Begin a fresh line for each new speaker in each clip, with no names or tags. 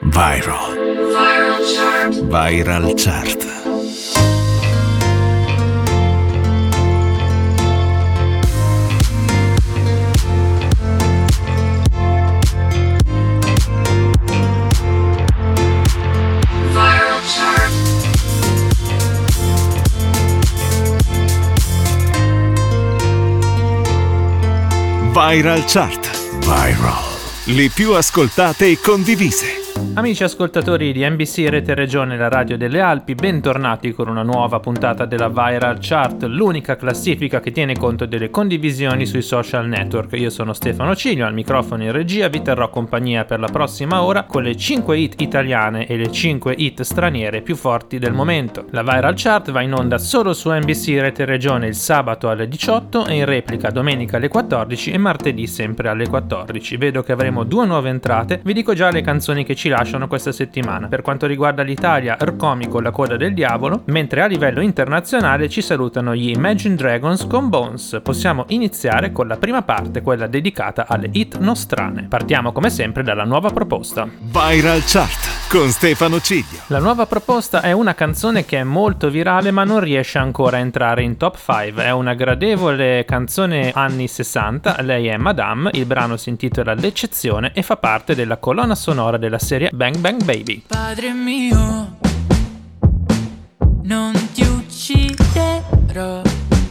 Viral Chart. Viral Chart. Viral Chart. Viral. Le più ascoltate e condivise.
Amici ascoltatori di NBC Rete Regione, la radio delle Alpi, bentornati con una nuova puntata della Viral Chart, l'unica classifica che tiene conto delle condivisioni sui social network. Io sono Stefano Ciglio, al microfono in regia, vi terrò compagnia per la prossima ora con le 5 hit italiane e le 5 hit straniere più forti del momento. La Viral Chart va in onda solo su NBC Rete Regione il sabato alle 18 e in replica domenica alle 14 e martedì sempre alle 14. Vedo che avremo 2 nuove entrate, vi dico già le canzoni che ci lasciano questa settimana. Per quanto riguarda l'Italia, Rcomi con La coda del diavolo, mentre a livello internazionale ci salutano gli Imagine Dragons con Bones. Possiamo iniziare con la prima parte, quella dedicata alle hit nostrane. Partiamo come sempre dalla nuova proposta.
Viral Chart con Stefano Ciglio.
La nuova proposta è una canzone che è molto virale ma non riesce ancora a entrare in top 5. È una gradevole canzone anni 60, lei è Madame, il brano si intitola L'eccezione e fa parte della colonna sonora della serie Bang Bang Baby.
Padre mio, non ti ucciderò.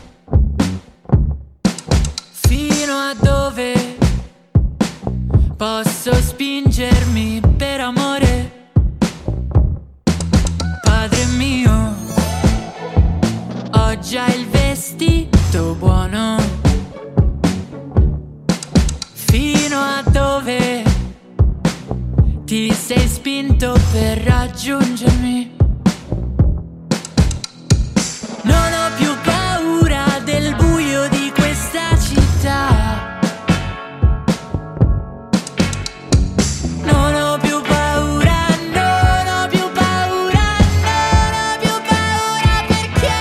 Fino a dove posso spingermi per amore? Padre mio, ho già il vestito buono. Fino a dove ti sei spinto per raggiungermi? Non ho più paura del buio di questa città. Non ho più paura, non ho più paura, non ho più paura perché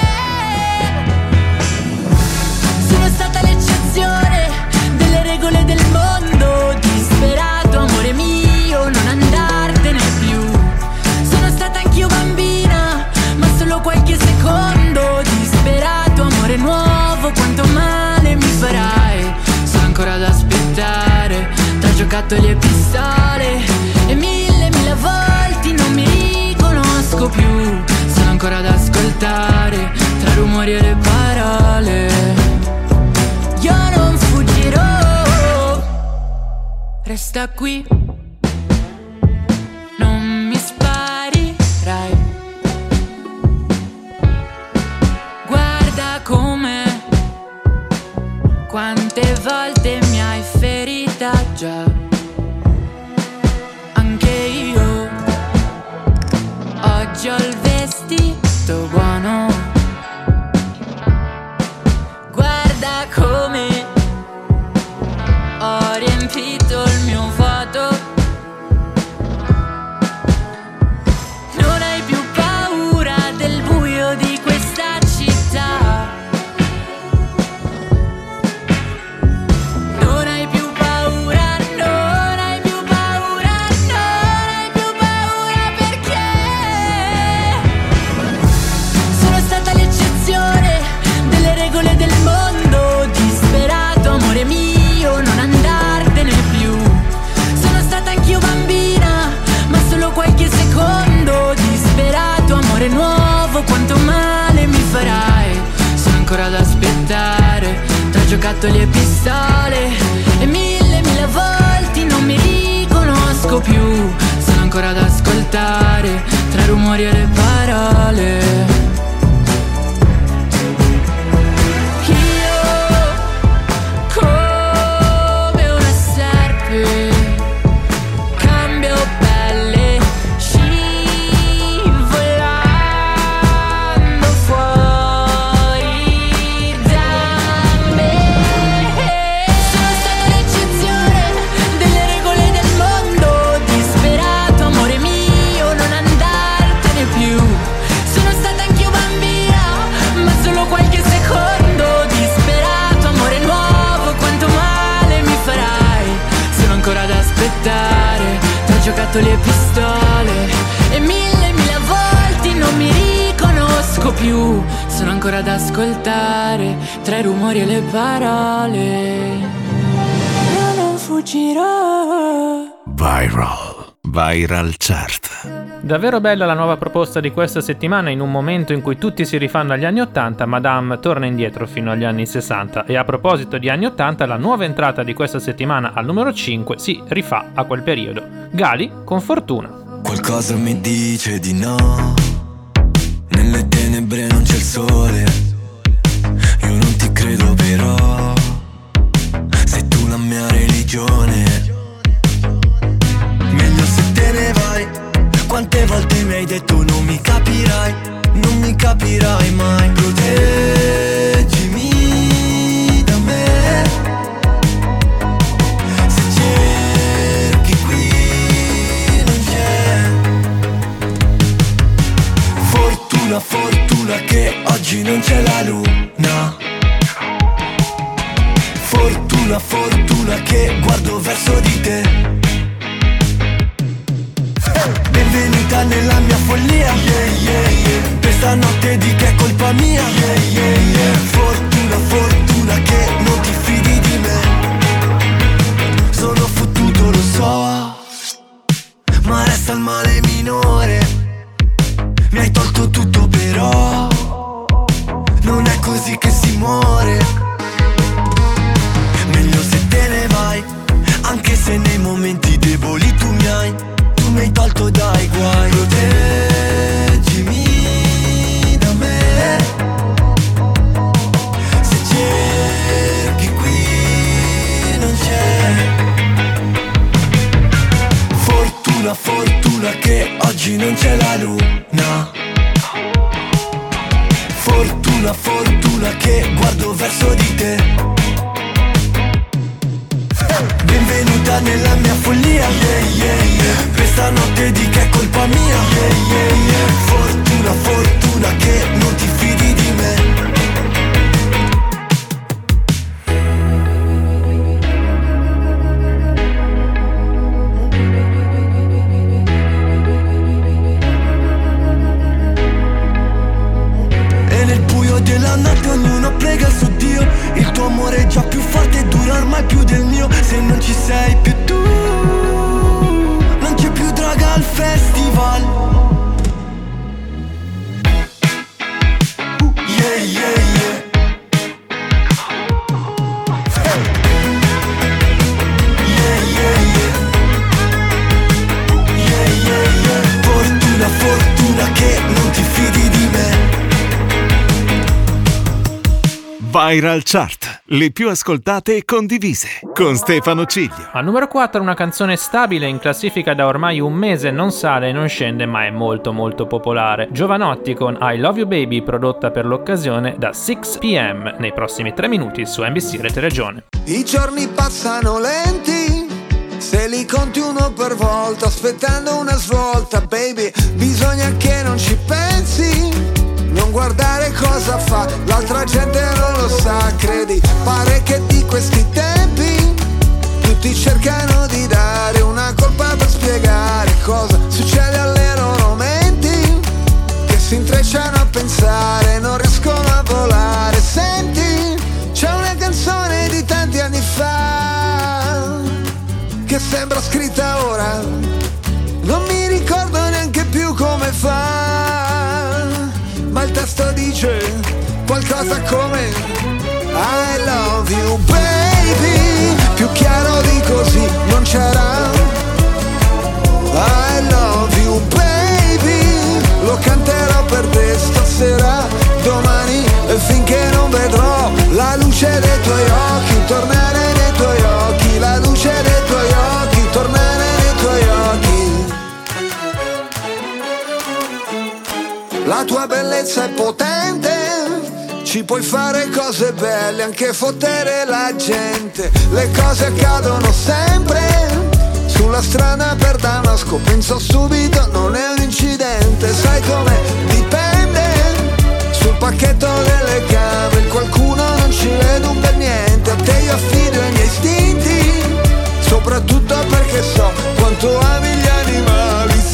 sono stata l'eccezione delle regole del mondo. Disperato, amore mio, non andartene più. Sono stata anch'io bambina, ma solo qualche secondo. Disperato, amore nuovo, quanto male mi farai. Sono ancora ad aspettare, tra giocattoli e pistole, e mille volti non mi riconosco più. Sono ancora ad ascoltare, tra rumori e le parole. Io non fuggirò, resta qui, non mi sparirai. Guarda com'è, quante volte mi hai ferita già. Anche io oggi ho il vestito buono. Guarda come ho riempito il mio vuoto. Non hai più paura del buio di questa città. Non hai più paura, non hai più paura, non hai più paura perché sono stata l'eccezione delle regole del mondo. Disperato, amore mio, non andartene più. Sono stata anch'io bambina, ma solo qualche secondo. Disperato, amore nuovo, quanto male mi farai. Sono ancora ad aspettare, tra giocattoli e pistole, e mille volti non mi riconosco più. Sono ancora ad ascoltare, tra rumori e le parole. Sono stata anch'io pistole e mille volte non mi riconosco più. Sono ancora ad ascoltare tra i rumori e le parole. Io non fuggirò.
Viral Chart.
Davvero bella la nuova proposta di questa settimana, in un momento in cui tutti si rifanno agli anni 80, Madame torna indietro fino agli anni 60. E a proposito di anni 80, la nuova entrata di questa settimana al numero 5 si rifà a quel periodo. Gali con Fortuna.
Qualcosa mi dice di no, nelle tenebre non c'è il sole. Io non ti credo però, sei tu la mia religione. Meglio se te ne vai. Quante volte mi hai detto non mi capirai mai. Proteggimi da me. Se cerchi qui non c'è. Fortuna che oggi non c'è la luna. Fortuna che guardo verso di te. Benvenuta nella mia follia, questa notte di che è colpa mia, Fortuna che non ti fidi di me. Sono fottuto, lo so, ma resta il male minore. Mi hai tolto tutto però non è così che si muore. Meglio se te ne vai, anche se nei momenti deboli tu mi hai tolto dai guai. Proteggimi da me. Se cerchi qui non c'è. Fortuna che oggi non c'è la luna. Fortuna che guardo verso di te. Benvenuta nella mia follia, questa notte di che è colpa mia, Fortuna che non ti fidi di me. E nel buio della notte ognuno prega il suo Dio. Il tuo amore è già più forte e dura ormai più del mio. Se non ci sei più tu, non c'è più droga al festival. Fortuna che non ti fidi di me.
Viral Chart, le più ascoltate e condivise, con Stefano Ciglio.
Al numero 4 una canzone stabile in classifica da ormai un mese, non sale e non scende ma è molto popolare. Giovanotti con I Love You Baby, prodotta per l'occasione da 6pm, nei prossimi 3 minuti su NBC Rete Regione.
I giorni passano lenti, se li conti uno per volta, aspettando una svolta, baby, bisogna che non ci pensi. Non guardare cosa fa, l'altra gente non lo sa, credi, pare che di questi tempi tutti cercano di dare una colpa per spiegare cosa succede alle loro menti, che si intrecciano a pensare, non riescono a volare. Senti, c'è una canzone di tanti anni fa che sembra scritta ora, non mi ricordo neanche più come fa, ma il testo dice qualcosa come I love you baby, più chiaro di così non c'era. I love you baby, lo canterò per te stasera, domani e finché non vedrò la luce dei tuoi occhi, tornare nei tuoi occhi, la luce dei tuoi occhi, tornare nei tuoi occhi. La tua bellezza è potente, ci puoi fare cose belle, anche fottere la gente. Le cose accadono sempre, sulla strada per Damasco penso subito non è un incidente. Sai com'è? Dipende, sul pacchetto delle cave qualcuno non ci vede un bel niente. A te io affido i miei istinti, soprattutto perché so quanto ami gli animali.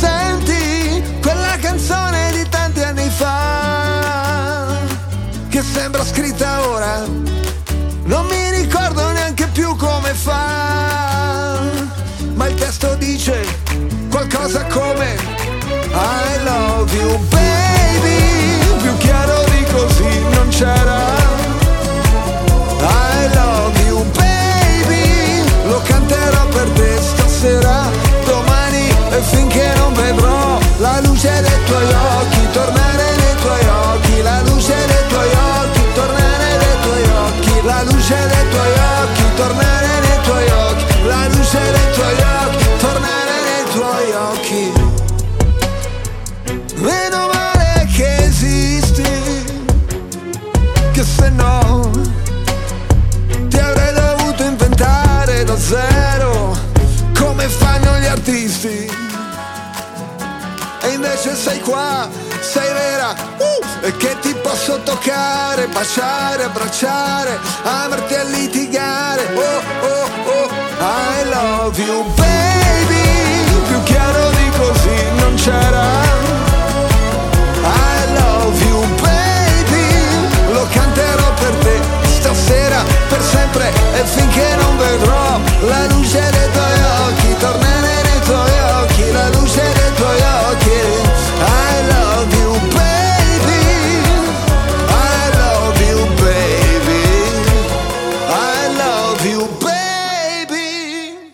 invece sei qua, sei vera, e che ti posso toccare, baciare, abbracciare, amarti e litigare. Oh oh oh, I love you baby, più chiaro di così non c'era. I love you baby, lo canterò per te stasera, per sempre e finché non vedrò la luce dei tuoi occhi, tornare nei tuoi occhi, la luce dei tuoi occhi. I love you baby, I love you baby, I love you baby.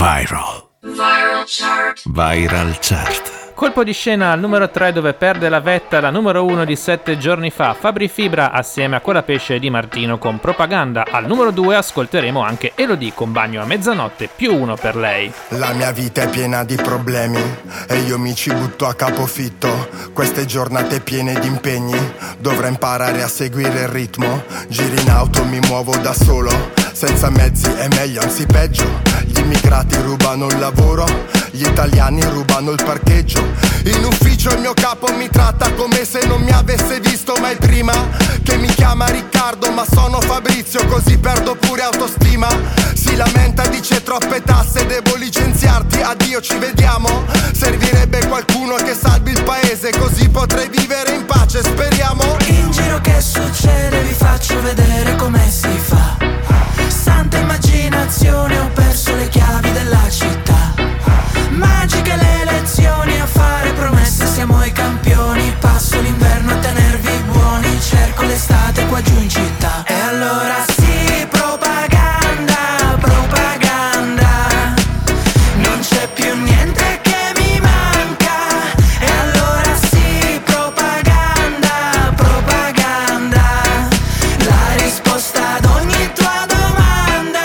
Viral Chart. Viral Chart.
Colpo di scena al numero 3 dove perde la vetta la numero 1 di 7 giorni fa, Fabri Fibra assieme a Colapesce di Martino con Propaganda. Al numero 2 ascolteremo anche Elodie con Bagno a mezzanotte, +1 per lei.
La mia vita è piena di problemi e io mi ci butto a capofitto. Queste giornate piene di impegni, dovrò imparare a seguire il ritmo. Giro in auto, mi muovo da solo, senza mezzi è meglio, anzi peggio. Gli immigrati rubano il lavoro, gli italiani rubano il parcheggio. In ufficio il mio capo mi tratta come se non mi avesse visto mai prima. Che mi chiama Riccardo ma sono Fabrizio, così perdo pure autostima. Si lamenta, dice troppe tasse, devo licenziarti, addio ci vediamo. Servirebbe qualcuno che salvi il paese, così potrei vivere in pace, speriamo.
In giro che succede, vi faccio vedere come si fa. Santa immaginazione, ho perso le chiavi della città. Magiche le elezioni, a fare promesse siamo i campioni. Passo l'inverno a tenervi buoni, cerco l'estate qua giù in città. E allora sì, propaganda, propaganda, non c'è più niente che mi manca. E allora sì, propaganda, propaganda, la risposta ad ogni tua domanda.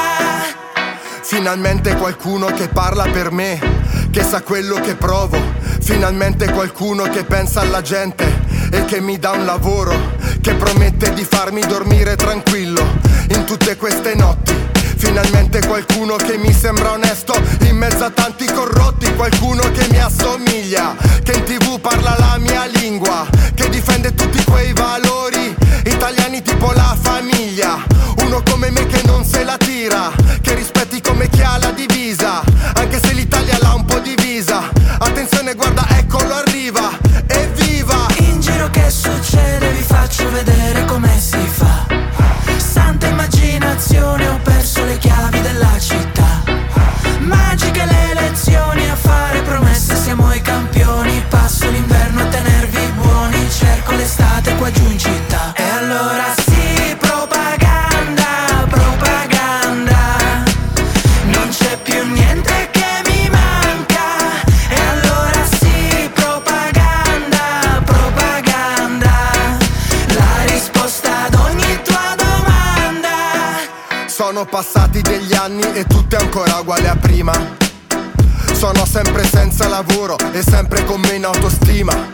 Finalmente qualcuno che parla per me, che sa quello che provo. Finalmente qualcuno che pensa alla gente e che mi dà un lavoro, che promette di farmi dormire tranquillo in tutte queste notti. Finalmente qualcuno che mi sembra onesto in mezzo a tanti corrotti. Qualcuno che mi assomiglia, che in TV parla la mia lingua, che difende tutti quei valori italiani tipo la famiglia. Uno come me che non se la tira, che rispetti come chi ha la divisa, anche se l'Italia l'ha un po' divisa. Attenzione, guarda, eccolo arriva, evviva!
In giro che succede, vi faccio vedere come si fa. Santa immaginazione, ho perso le chiavi della città. Magiche le elezioni, a fare promesse siamo i campioni. Passo l'inverno a tenervi buoni, cerco l'estate qua giù in città. E allora sì, propaganda, propaganda, non c'è più niente che mi manca. E allora sì, propaganda, propaganda, la risposta ad ogni tua domanda.
Sono passati degli anni e tutto è ancora uguale a prima. Sono sempre senza lavoro e sempre con meno autostima.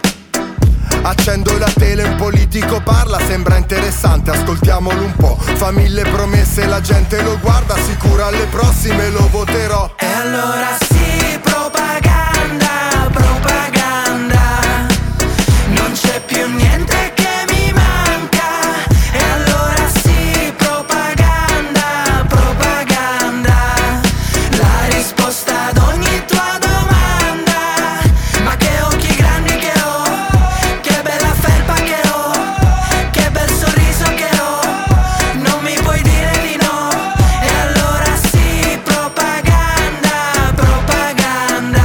Accendo la tele, un politico parla, sembra interessante, ascoltiamolo un po'. Fa 1000 promesse, la gente lo guarda, sicura alle prossime lo voterò.
E allora sì, propaganda, propaganda, non c'è più niente che mi manca. E allora sì, propaganda, propaganda, la risposta ad ogni tua domanda. Ma che occhi grandi che ho, che bella felpa che ho, che bel sorriso che ho, non mi puoi dire di no. E allora sì, propaganda, propaganda,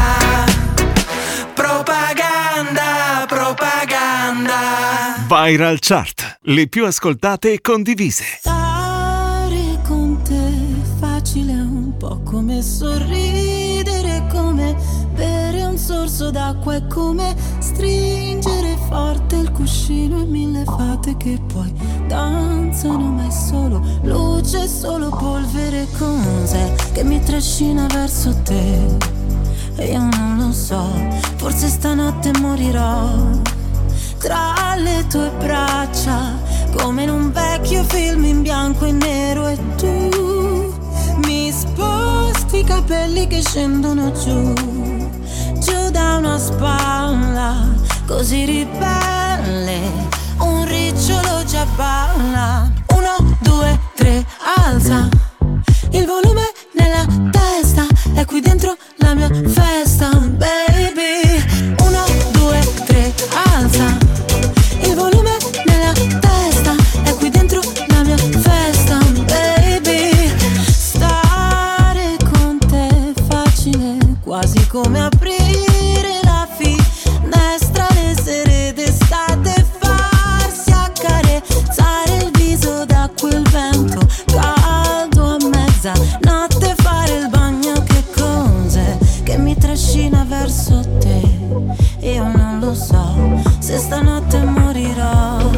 propaganda, propaganda.
Viral Chart, le più ascoltate e condivise.
Stare con te è facile, un po' come sorridere, come bere un sorso d'acqua, è come stringere forte il cuscino e 1000 fate che poi danzano, ma è solo luce, solo polvere. Cos'è che mi trascina verso te? E io non lo so, forse stanotte morirò tra le tue braccia, come in un vecchio film in bianco e nero. E tu mi sposti i capelli che scendono giù, giù da una spalla, così ribelle, un ricciolo già balla. 1, 2, 3, alza il volume nella testa, è qui dentro la mia festa, baby. 1, 2, 3, alza il volume nella testa, è qui dentro la mia festa, baby. Stare con te è facile, quasi come aprire la finestra le sere d'estate, farsi accarezzare il viso da quel vento caldo a mezzanotte, fare il bagno, che cose che mi trascina verso te. Io non lo so se stanotte morirò. 1,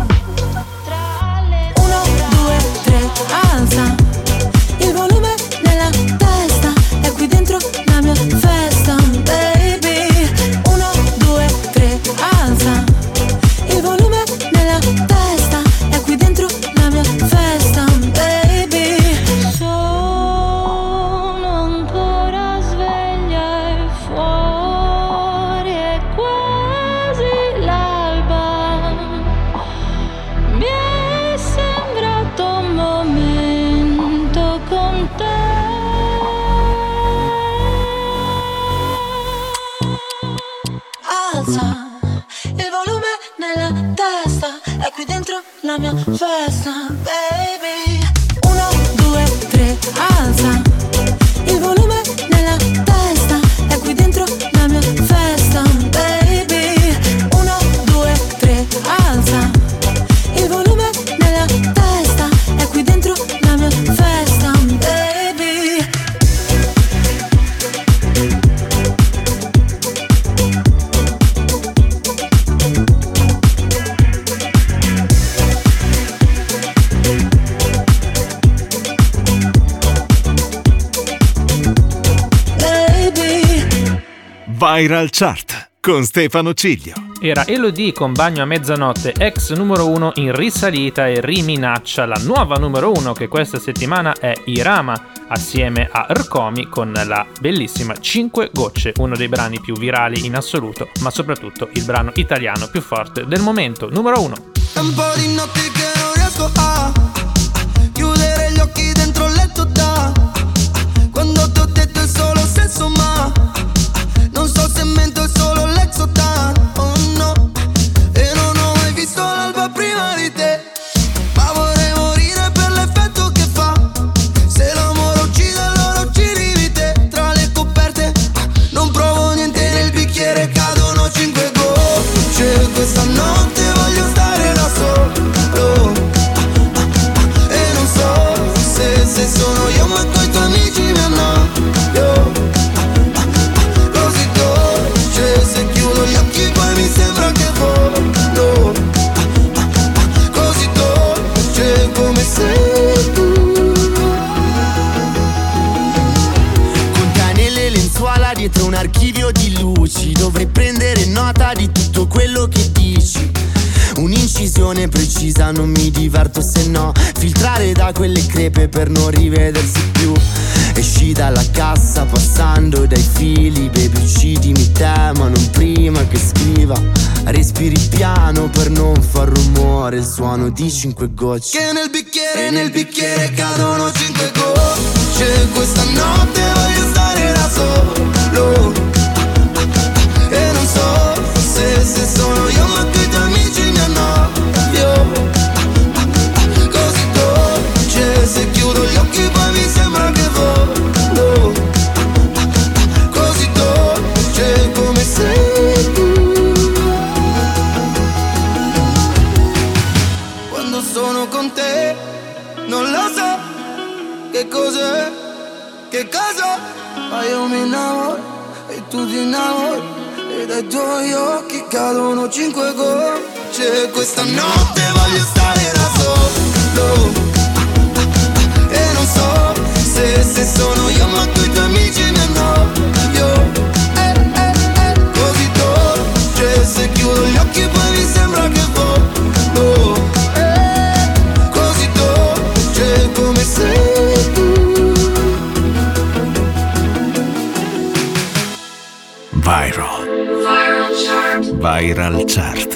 2, 3, alza il volume nella testa, è qui dentro la mia festa, baby. 1, 2, 3, alza il volume nella testa, è qui dentro la mia festa, baby. Sono ancora sveglia e fuori è quasi l'alba. Mi è sembrato un momento con te. Alza il volume nella testa, è qui dentro la mia festa, baby. 1, 2, 3, alza il volume nella testa, è qui dentro la mia festa, baby. 1, 2, 3, alza il volume nella testa, è qui dentro la mia festa, baby.
Viral Chart con Stefano Ciglio.
Era Elodie con Bagno a mezzanotte, ex numero 1 in risalita, e riminaccia la nuova numero 1 che questa settimana è Irama, assieme a Rkomi con la bellissima 5 gocce, uno dei brani più virali in assoluto, ma soprattutto il brano italiano più forte del momento, numero 1.
È un po' di notti che non riesco a chiudere gli occhi dentro il letto quando ti ho detto è solo sesso, ma non so se mento, è solo l'exotan, oh no. E non ho mai visto l'alba prima di te, ma vorrei morire per l'effetto che fa. Se l'amore uccide allora uccidi di te. Tra le coperte non provo niente nel bicchiere, cadono 5 gocce. Questa notte voglio stare da solo, e non so se sono io ma coi tuoi amici mi annoio. Così dolce, se chiudo gli occhi poi mi sembra che volo. Così dolce come sei tu. Con te nelle lenzuola dietro un archivio di luci, dovrei prendere nota di tutto quello che dici. Un'incisione precisa, non mi diverto se no. Filtrare da quelle crepe per non rivedersi più. Esci dalla cassa passando dai fili, baby uccidimi te ma non prima che scriva. Respiri piano per non far rumore, il suono di 5 gocce che nel bicchiere cadono 5 gocce. Questa notte voglio stare da solo, e non so se sono io ma coi tuoi amici mi annoio. Così dolce, se chiudo gli occhi poi mi sembra che volo. Così dolce come sei tu. Quando sono con te non lo so che cos'è, che cosa, ma io mi innamoro e tu ti innamori. E dai tuoi occhi cadono 5 gocce. Questa notte voglio stare da solo, e non so se sono io ma coi tuoi amici mi annoio. Così dolce, se chiudo gli occhi poi mi sembra che volo. Così dolce come sei tu.
Viral Chart. Viral Chart.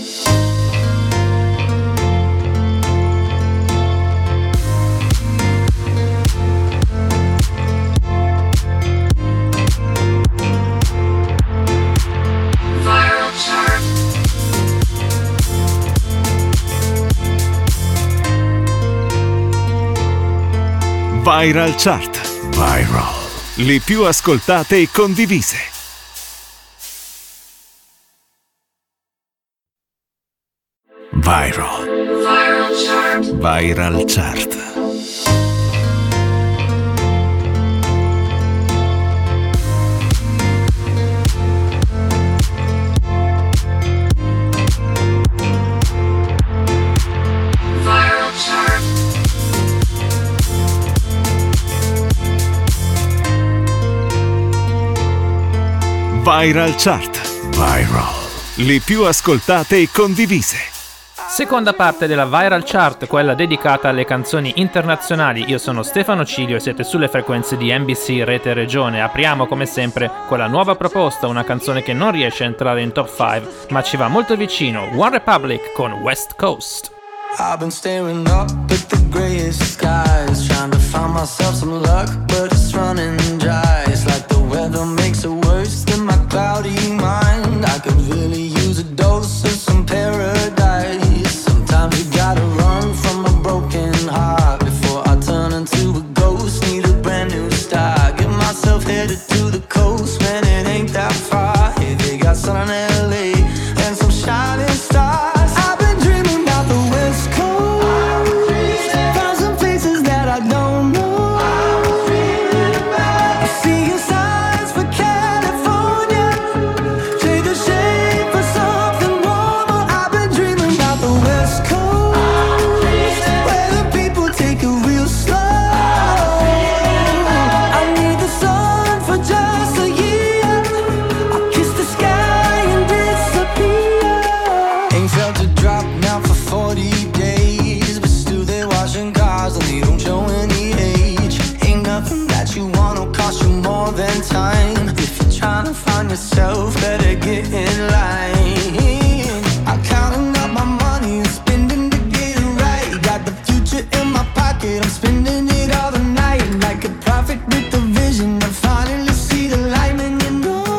Viral Chart. Viral. Le più ascoltate e condivise. Viral. Viral Chart. Viral Chart.
Viral Chart.
Viral. Le più ascoltate e condivise.
Seconda parte della Viral Chart, quella dedicata alle canzoni internazionali. Io sono Stefano Cilio e siete sulle frequenze di NBC Rete Regione. Apriamo come sempre con la nuova proposta, una canzone che non riesce a entrare in top 5, ma ci va molto vicino. One Republic con West Coast.
I've been staring up at the grayest skies, trying to find myself some luck, but it's running dry. It's like the weather makes it worse than my cloudy mind. I could really use a dose of some paradise. Sometimes you gotta run from a broken heart before I turn into a ghost. Need a brand new start. Get myself headed to the coast when it ain't that far. Hey, they got sun in LA and some shining stars. Yourself, better get in line. I'm counting up my money and spending to get it right. Got the future in my pocket, I'm spending it all the night. Like a prophet with a vision, I finally see the light. And you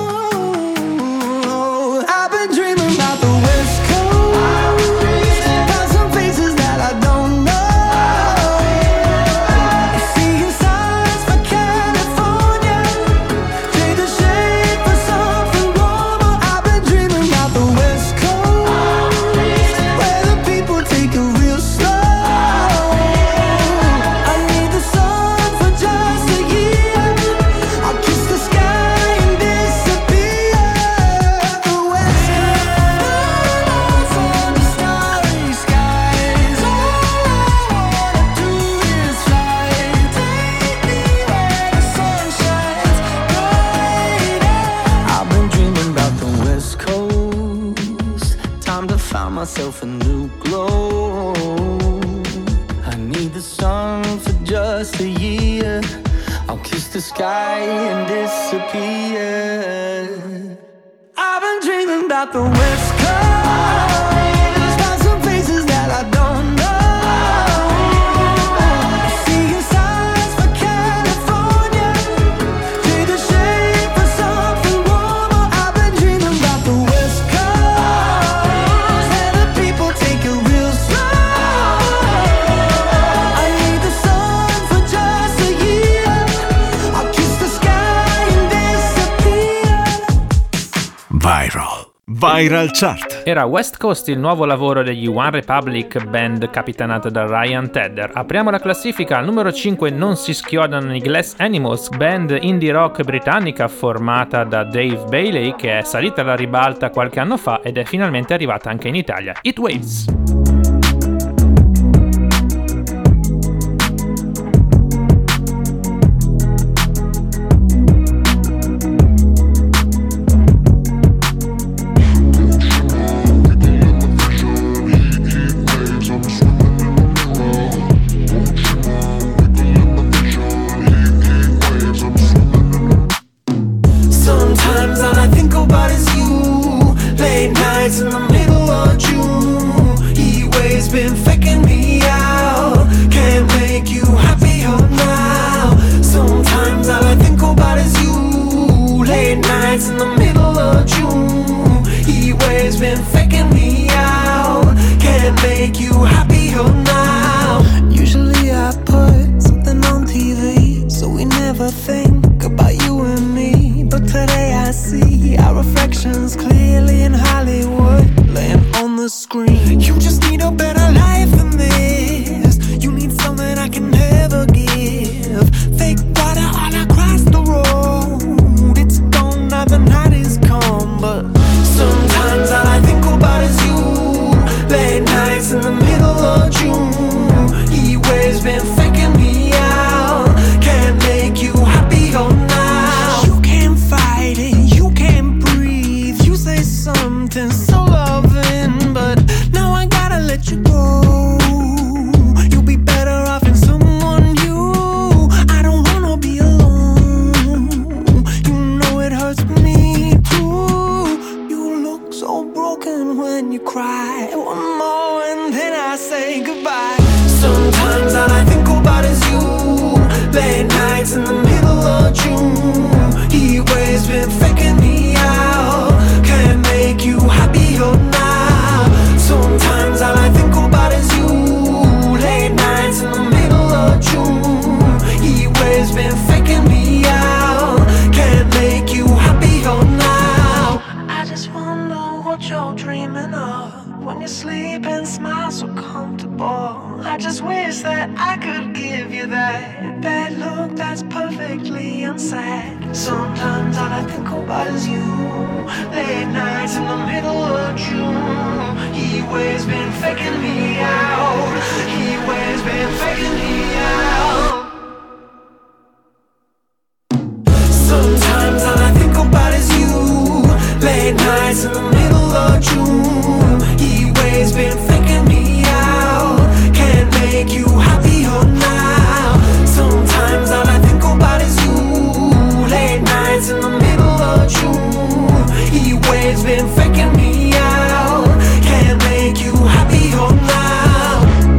know, I've been dreaming about the West Coast. Got some places that I don't know. Seeing signs for California. Trade the shade for something warmer. I've been dreaming about the West Coast, where the people take it real slow. I need the sun for just a year. I'll kiss the sky and disappear. The West Coast on the starry skies. All I wanna do is fly. Take me where the sun shines brighter. I've been dreaming about the West Coast. Time to find myself a new glow. I need the sun for just a year. I'll kiss the sky and disappear. I've been dreaming about the West Coast. Found some places that I don't know. Seeing signs for California. Trade the shade for something warmer. I've been dreaming about the West Coast, where the people take it real slow. I need the sun for just a year. I'll kiss the sky and disappear.
Viral. Viral Chart.
Era West Coast il nuovo lavoro degli One Republic, band capitanata da Ryan Tedder. Apriamo la classifica, al numero 5 non si schiodano i Glass Animals, band indie rock britannica formata da Dave Bailey, che è salita alla ribalta qualche anno fa ed è finalmente arrivata anche in Italia. Heat Waves.
Sometimes all I think about is you. Late nights in the middle of June. He waves been faking me out. Can't make you happier now. Sometimes all I think about is you. Late nights in the middle of June. He waves been faking me out. Can't make you happier now.
Usually I put something on TV, so we never think about you and me. But today I see our reflections clearly in Hollywood, laying on the screen. You just need a better life than this. You need something I can never give. Fake water all across the road. It's gone now, the night is come. But
sometimes all I think about is you. Late nights in the middle of June. He waves been faking me out. Can't make you happier now.
you can't fight it, you can't breathe. You say something so loving, but now I gotta let you go. You'll be better off in someone new. I don't wanna be alone. You know it hurts me too. You look so broken when you cry. One more and then I say goodbye.
Sometimes all I think about is you. Late nights in the middle of June. He waves been faking me out. Can't make you happier now. Sometimes all I think about is you. Late nights in the middle of June. He waves been faking me out. Can't make you happier now.
I just wonder what you're dreaming of when you sleep and smile so comfortable. I just wish that I could give you that bad look that's perfectly unsaid. Sometimes all I think about is you. Late nights in the middle of June. He waves been faking me out. He waves been faking me out.
Sometimes all I think about is you. Late nights in the middle of June. He waves been faking me out. Can't make you happier now. Sometimes all I think about is you. Late nights in the middle of June. He waves been faking me out. Can't make you happier now.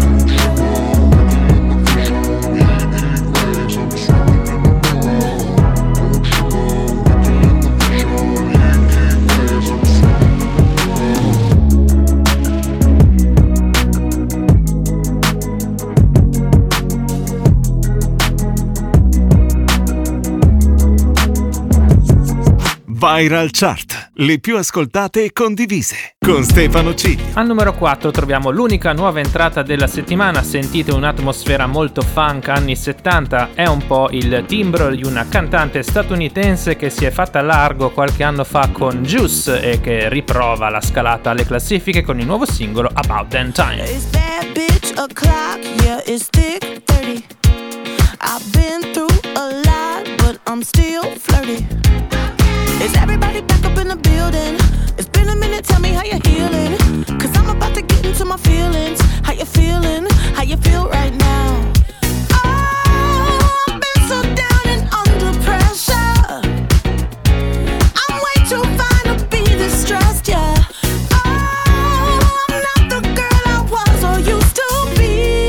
Viral Chart, le più ascoltate e condivise, con Stefano C.
Al numero 4 troviamo l'unica nuova entrata della settimana. Sentite un'atmosfera molto funk anni 70, è un po' il timbro di una cantante statunitense che si è fatta largo qualche anno fa con Juice e che riprova la scalata alle classifiche con il nuovo singolo About Damn Time.
It's that bitch o'clock, yeah, it's thick 30. I've been through a lot, but I'm still flirty. Is everybody back up in the building? It's been a minute, tell me how you're healing. Cause I'm about to get into my feelings. How you feeling? How you feel right now? Oh, I've been so down and under pressure. I'm way too fine to be distressed, yeah. Oh, I'm not the girl I was or used to be.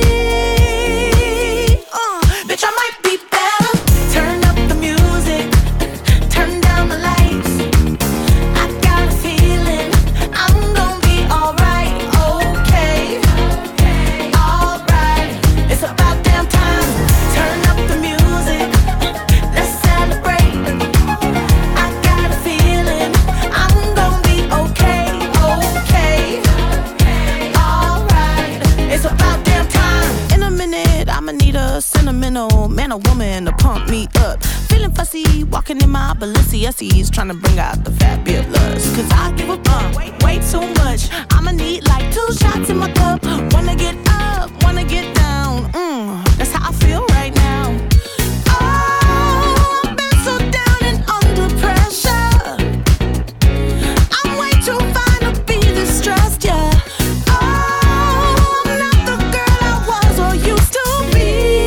Bitch, I might be better. Turn up the music. Turn down the lights. I got a feeling I'm gonna be alright, okay, alright. It's about damn time. Turn up the music. Let's celebrate. I got a feeling I'm gonna be okay, okay, alright. It's about damn time. In a minute, I'ma need a sentimental man or woman to pump me up. Feeling fussy, walking in my Balenciennes, trying to bring out the fabulous. Cause I give a fuck, way too much. I'ma need like 2 shots in my cup. Wanna get up, wanna get down. That's how I feel right now. Oh, I've been so down and under pressure. I'm way too fine to be distressed, yeah. Oh, I'm not the girl I was or used to be.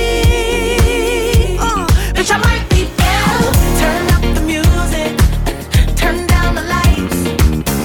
Bitch, I might be better. Turn up the music. Turn down the lights.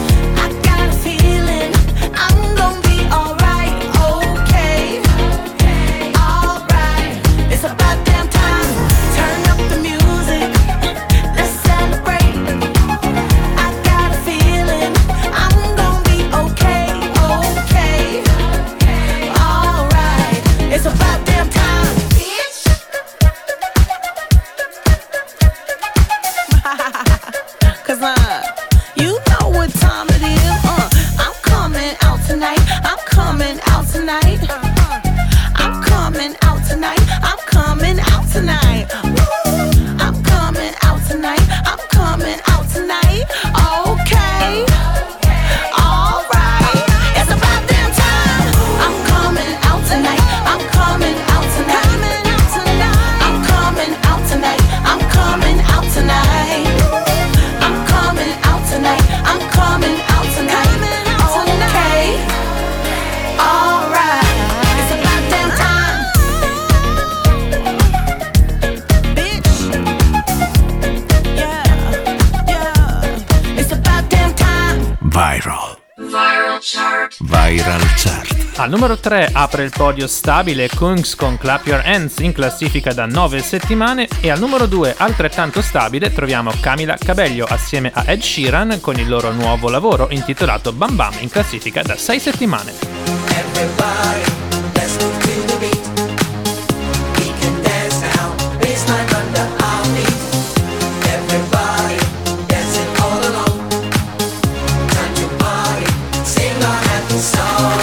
Viral Chart.
Al numero 3 apre il podio stabile Kungs con Clap Your Hands, in classifica da 9 settimane, e al numero 2 altrettanto stabile troviamo Camila Cabello assieme a Ed Sheeran con il loro nuovo lavoro intitolato Bam Bam, in classifica da 6 settimane.
Everybody, let's move to the beat. We can dance now, baseline under our feet. Everybody, dancing all alone. Time to party, sing our happy song.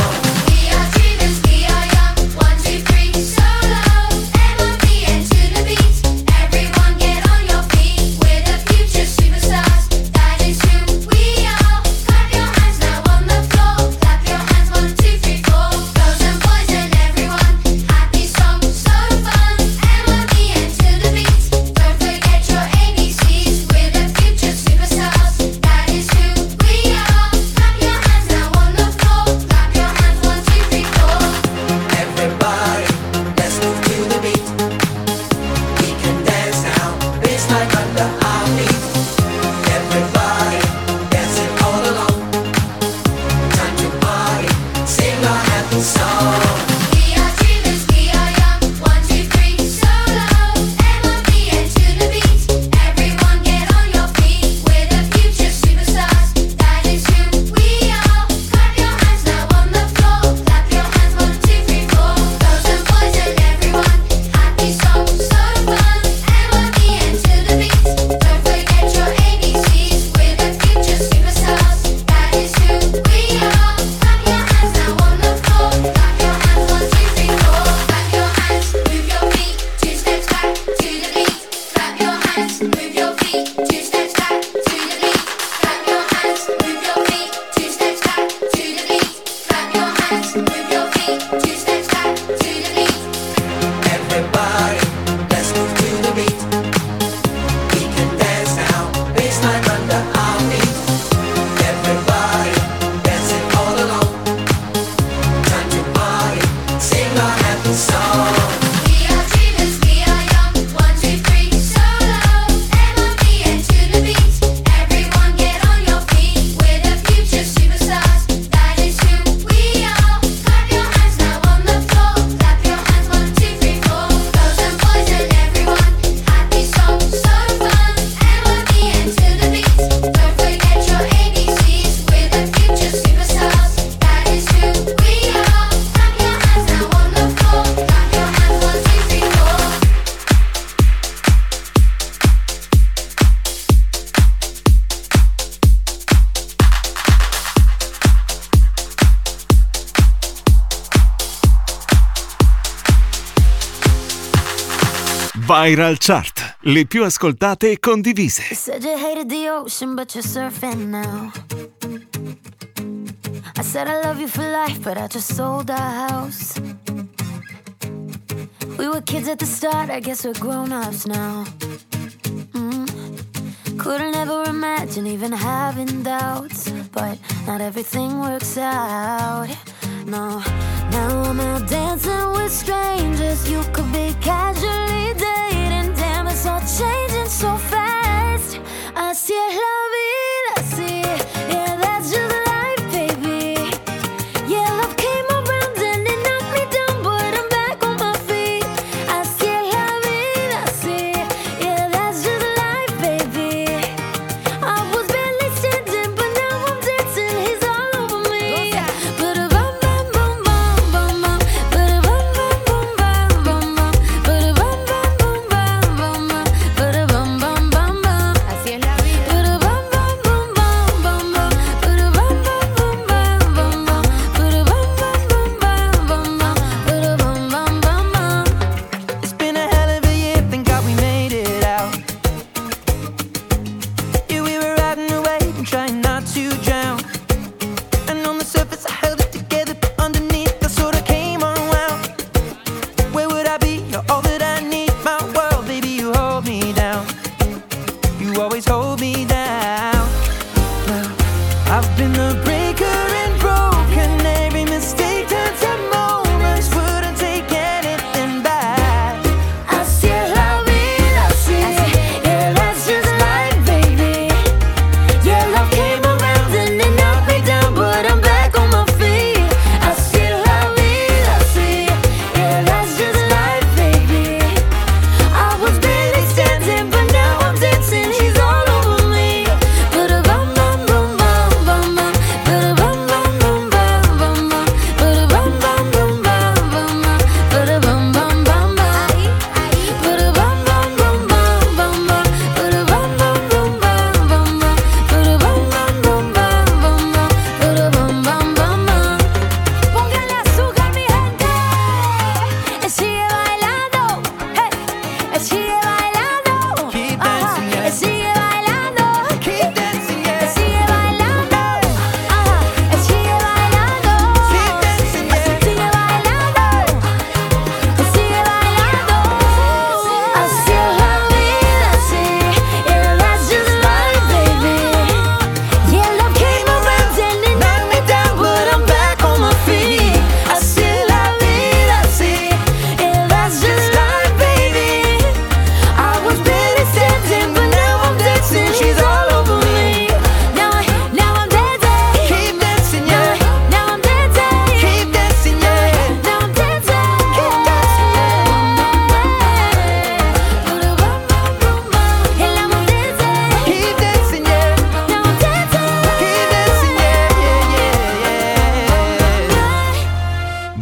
Viral Chart, le più ascoltate e condivise.
You said you hated the ocean, but you're surfing now. I said I love you for life, but I just sold our house. We were kids at the start, I guess we're grown-ups now. Couldn't ever imagine even having doubts, but not everything works out. No, now I'm out dancing with strangers. You could be casually dating. Damn, it's all changing so fast. Así es la vida, así. Yeah, that's just life, baby. Yeah, love came around and it knocked me down, but I'm back on my feet. Así es la vida, así. Yeah, that's just life, baby. I was barely standing, but now I'm dancing. He's all over me. But a bum bum bum bum bum bum. But a bum bum bum bum bum bum. But a bum bum bum bum bum bum. But a bum bum bum bum. Así es la vida. But a bum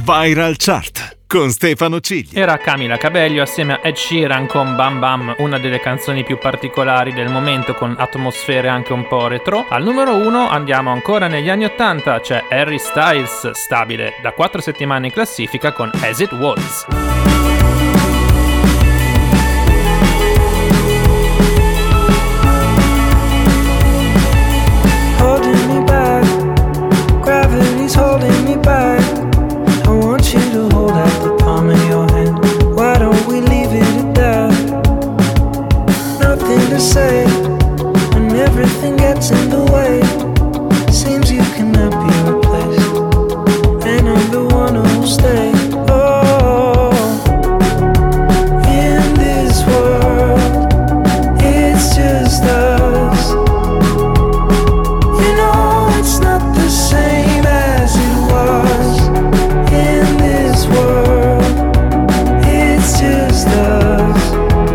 Viral Chart con Stefano Ciglio.
Era Camila Cabello assieme a Ed Sheeran con Bam Bam, una delle canzoni più particolari del momento, con atmosfere anche un po' retro. Al numero 1 andiamo ancora negli anni 80, c'è Harry Styles, stabile da 4 settimane in classifica con As It Was.
Holding me back, gravity's holding me back. I want you to hold out the palm of your hand. Why don't we leave it at that? Nothing to say, when everything gets in the way. Seems you cannot be replaced, and I'm the one who'll stay. Oh, in this world, it's just us. You know it's not the same as it was. In this world, it's just us.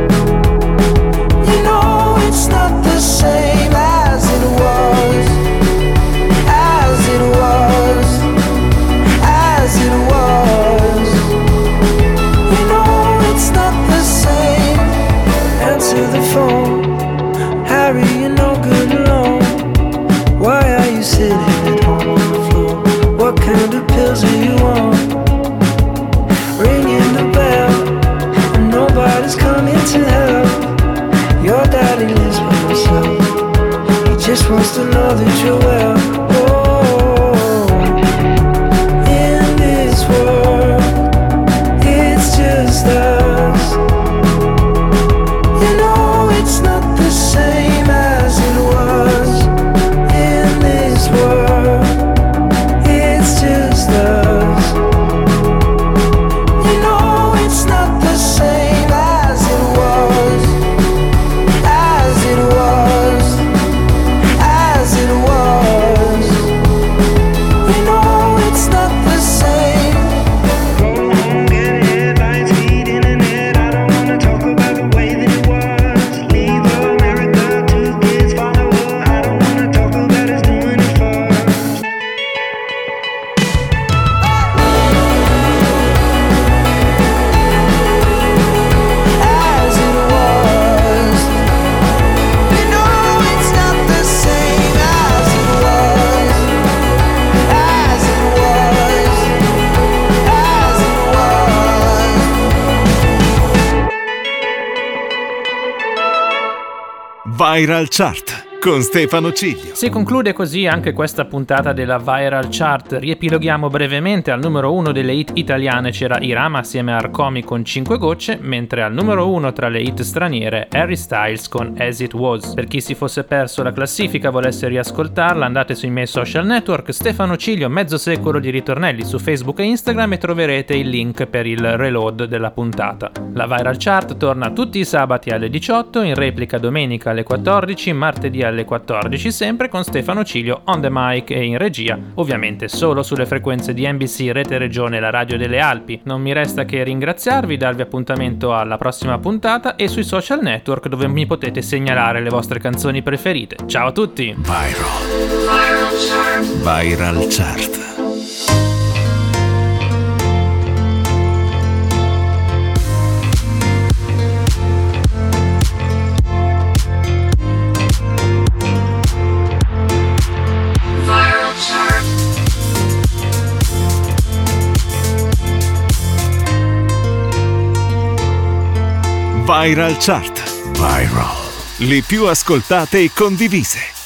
You know it's not the same as it was. As it was. As it was. You know it's not the same. Answer the phone, Harry, you're no good alone. Why are you sitting at home on the floor? What kind of pills are you on? Ringing the bell, and nobody's coming to help. Your daddy lives by himself. He just wants to know that you're well. Oh, in this world, it's just us. You know it's not the same as it was. In this world, it's just us. You know it's not the same as it was. As it was. As it was. You know it's not the same. Go home, get headlines, feed internet. I don't wanna talk about the way that it was. Leave America, 2 kids follow her. I don't wanna talk about us doing it first. As it was. You know it's not the same as it was. As it was. As it was.
Viral Chart con Stefano Ciglio.
Si conclude così anche questa puntata della Viral Chart. Riepiloghiamo brevemente. Al numero 1 delle hit italiane c'era Irama assieme a Arcomi con 5 gocce, mentre al numero 1 tra le hit straniere Harry Styles con As It Was. Per chi si fosse perso la classifica, volesse riascoltarla, andate sui miei social network, Stefano Ciglio, mezzo secolo di ritornelli su Facebook e Instagram, e troverete il link per il reload della puntata. La Viral Chart torna tutti i sabati alle 18, in replica domenica alle 14, martedì alle 14, sempre con Stefano Ciglio on the mic e in regia, ovviamente solo sulle frequenze di NBC Rete Regione, la radio delle Alpi. Non mi resta che ringraziarvi, darvi appuntamento alla prossima puntata e sui social network, dove mi potete segnalare le vostre canzoni preferite. Ciao a tutti!
Viral Chart. Viral Chart. Viral. Le più ascoltate e condivise.